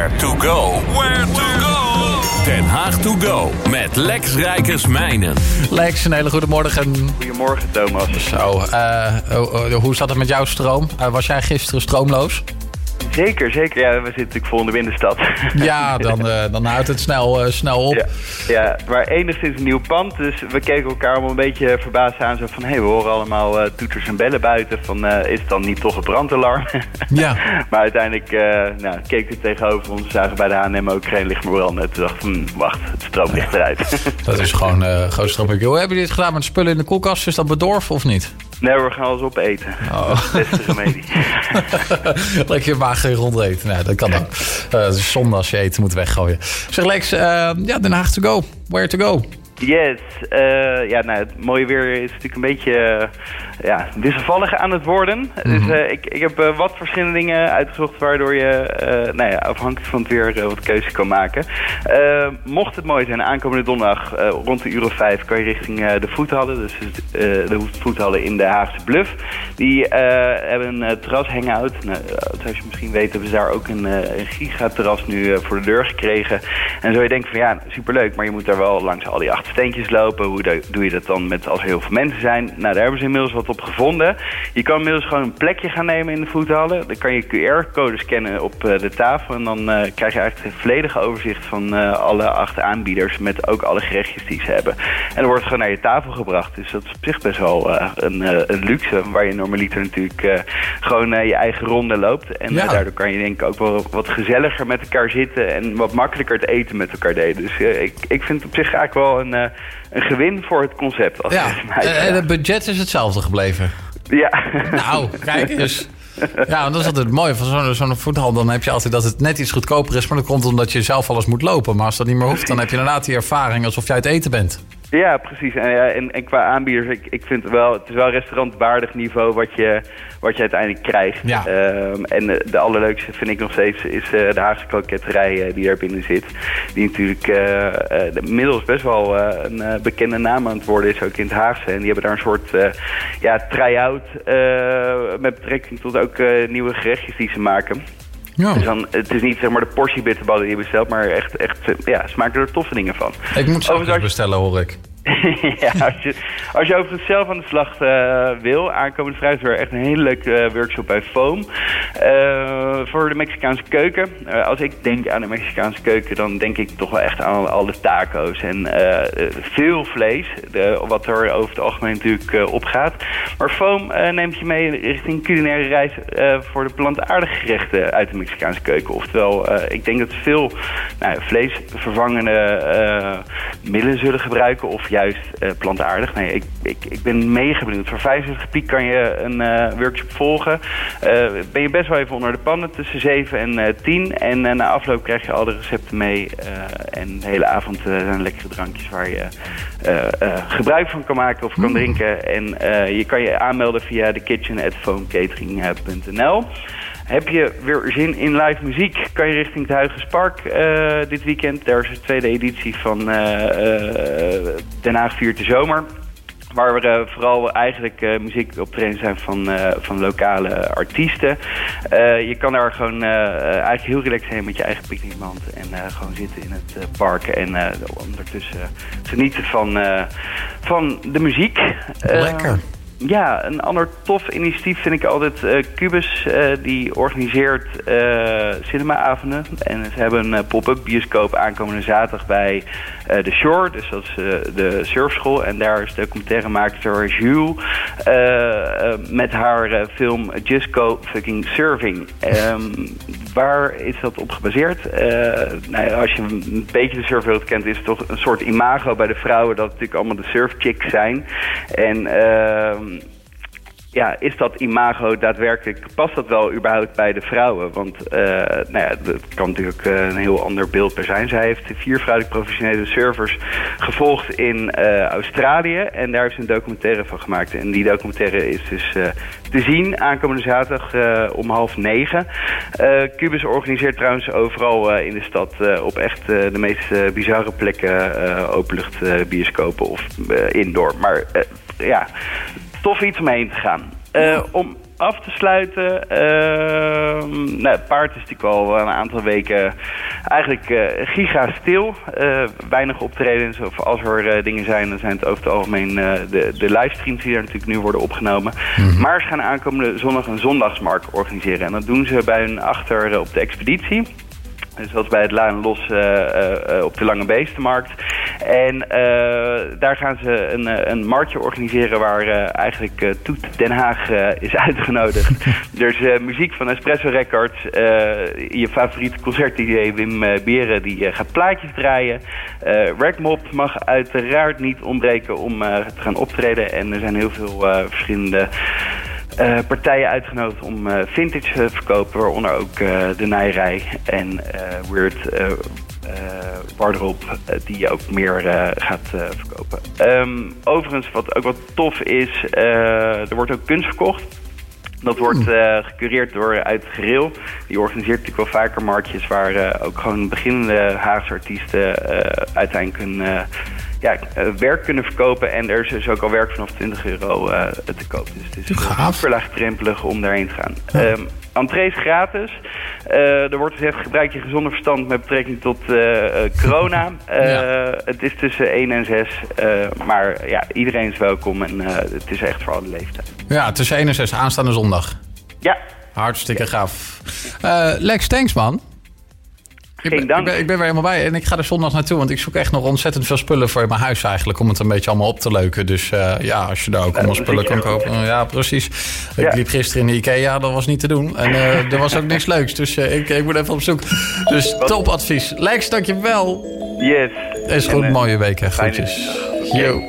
Where to go? Where to go? Den Haag to go met Lex Rijkersmijnen. Lex, een hele goede morgen. Goedemorgen, Thomas. Zo, hoe zat het met jouw stroom? Was jij gisteren stroomloos? Zeker. Ja, we zitten natuurlijk vol in de binnenstad. Ja, dan houdt het snel op. Ja, maar enigszins een nieuw pand. Dus we keken elkaar allemaal een beetje verbaasd aan. Zo van, we horen allemaal toeters en bellen buiten. Van, is het dan niet toch een brandalarm? Ja. Maar uiteindelijk keken we tegenover ons. Zagen bij de H&M ook geen licht meer branden. Toen dachten we, wacht, het stroomt eruit. Dat is gewoon stroom. Hoe hebben jullie dit gedaan met spullen in de koelkast? Is dat bedorven of niet? Nee, we gaan alles opeten. Oh. Dat is de beste remedie. Lekker je maag rondeten. Nou, dat kan ook. Het is zonde als je eten moet weggooien. Zeg Lex, Den Haag to go. Where to go? Yes. Het mooie weer is natuurlijk een beetje wisselvallig aan het worden. Mm-hmm. Dus ik heb wat verschillende dingen uitgezocht waardoor je afhankelijk van het weer wat keuze kan maken. Mocht het mooi zijn, aankomende donderdag rond de uur of 5 kan je richting de voethallen. Dus de voethallen in de Haagse Bluff. Die hebben een terras hangout. Zoals je misschien weet hebben ze daar ook een gigaterras nu voor de deur gekregen. En zo je denkt van ja, superleuk, maar je moet daar wel langs al die achtersteentjes lopen. Hoe doe je dat dan als er heel veel mensen zijn? Nou, daar hebben ze inmiddels wat op gevonden. Je kan inmiddels gewoon een plekje gaan nemen in de voethallen. Dan kan je QR-code scannen op de tafel. En dan krijg je eigenlijk een volledige overzicht van alle 8 aanbieders. Met ook alle gerechtjes die ze hebben. En dan wordt het gewoon naar je tafel gebracht. Dus dat is op zich best wel een luxe. Waar je normaliter natuurlijk gewoon je eigen ronde loopt. En daardoor kan je denk ik ook wel wat gezelliger met elkaar zitten. En wat makkelijker het eten met elkaar delen. Dus ik vind het op zich eigenlijk wel een gewin voor het concept. En het budget is hetzelfde gebleven. Ja. Nou, kijk eens. Ja, dat is altijd het mooie van zo'n voethal. Dan heb je altijd dat het net iets goedkoper is. Maar dat komt omdat je zelf alles moet lopen. Maar als dat niet meer hoeft, dan heb je inderdaad die ervaring alsof jij het eten bent. Ja, precies. En qua aanbieders, ik vind het is wel restaurantwaardig niveau wat je uiteindelijk krijgt. Ja. En de allerleukste vind ik nog steeds is de Haagse kroketterij die er binnen zit. Die natuurlijk inmiddels best wel een bekende naam aan het worden is, ook in het Haagse. En die hebben daar een soort try-out met betrekking tot ook nieuwe gerechtjes die ze maken. Ja. Dus dan, het is niet zeg maar de portie bitterballen die je bestelt, maar echt smaken er toffe dingen van. Ik moet zo bestellen, hoor ik. Ja, als je overigens zelf aan de slag wil, aankomende vrijdag is er echt een hele leuke workshop bij Foam. Voor de Mexicaanse keuken. Als ik denk aan de Mexicaanse keuken, dan denk ik toch wel echt aan alle taco's. En veel vlees, wat er over het algemeen natuurlijk opgaat. Maar Foam neemt je mee richting culinaire reis voor de plantaardige gerechten uit de Mexicaanse keuken. Oftewel, ik denk dat ze veel vleesvervangende middelen zullen gebruiken of juist plantaardig. Nee, ik ben mega benieuwd. Voor 25 piek kan je een workshop volgen. Ben je best wel even onder de pannen tussen 7 en 10. En na afloop krijg je al de recepten mee. En de hele avond zijn lekkere drankjes waar je gebruik van kan maken of kan drinken. En je kan je aanmelden via thekitchen@foamcatering.nl. Heb je weer zin in live muziek, kan je richting het Huygens dit weekend. Daar is de tweede editie van Den Haag viert de zomer. Waar we vooral eigenlijk muziek optreden zijn van lokale artiesten. Je kan daar gewoon eigenlijk heel relaxed heen met je eigen picknickmand. En gewoon zitten in het park en ondertussen genieten van de muziek. Lekker. Ja, een ander tof initiatief vind ik altijd Cubus. Die organiseert cinemaavonden. En ze hebben een pop-up bioscoop aankomende zaterdag bij The Shore. Dus dat is de surfschool. En daar is documentairemaakster Jules met haar film Just Go Fucking Surfing. Waar is dat op gebaseerd? Als je een beetje de surfwereld kent, is het toch een soort imago bij de vrouwen dat het natuurlijk allemaal de surfchicks zijn. En is dat imago daadwerkelijk, past dat wel überhaupt bij de vrouwen? Want dat kan natuurlijk een heel ander beeld per zijn. Zij heeft 4 vrouwelijke professionele surfers gevolgd in Australië. En daar heeft ze een documentaire van gemaakt. En die documentaire is dus te zien aankomende zaterdag om 8:30. Cubus organiseert trouwens overal in de stad op echt de meest bizarre plekken openluchtbioscopen of indoor. Maar tof iets om heen te gaan. Om af te sluiten. Paard is natuurlijk al een aantal weken eigenlijk giga stil. Weinig optredens, of als er dingen zijn, dan zijn het over het algemeen de livestreams die er natuurlijk nu worden opgenomen. Maar ze gaan aankomende zondag een zondagsmarkt organiseren. En dat doen ze bij hun achter op de Expeditie. Zoals bij het La en Los op de Lange Beestenmarkt. En daar gaan ze een marktje organiseren waar eigenlijk Toet Den Haag is uitgenodigd. Er is muziek van Espresso Records. Je favoriete concert-dj Wim Beren die gaat plaatjes draaien. Ragmob mag uiteraard niet ontbreken om te gaan optreden. En er zijn heel veel verschillende partijen uitgenodigd om vintage te verkopen, waaronder ook de Nijrij en Weird Wardrobe, die ook meer gaat verkopen. Overigens, wat ook wat tof is, er wordt ook kunst verkocht. Dat wordt gecureerd door Uit Gereel. Die organiseert natuurlijk wel vaker marktjes waar ook gewoon beginnende Haagse artiesten uiteindelijk hun werk kunnen verkopen. En er is dus ook al werk vanaf €20 te koop. Dus het is super laagdrempelig om daarheen te gaan. Entree is gratis. Er wordt gezegd, gebruik je gezonde verstand met betrekking tot corona. Het is tussen 1 en 6. Maar ja, iedereen is welkom en het is echt voor alle leeftijden. Ja, tussen 1 en 6, aanstaande zondag. Ja. Hartstikke gaaf. Lex, thanks man. Ik ben weer helemaal bij en ik ga er zondag naartoe, want ik zoek echt nog ontzettend veel spullen voor in mijn huis eigenlijk, om het een beetje allemaal op te leuken. Dus als je daar ook allemaal spullen kan kopen. Ja, precies. Ik liep gisteren in de IKEA, dat was niet te doen. En er was ook niks leuks, dus ik moet even op zoek. Dus top advies. Lex, dankjewel. Yes. Is goed, mooie week hè. Groetjes. Yo.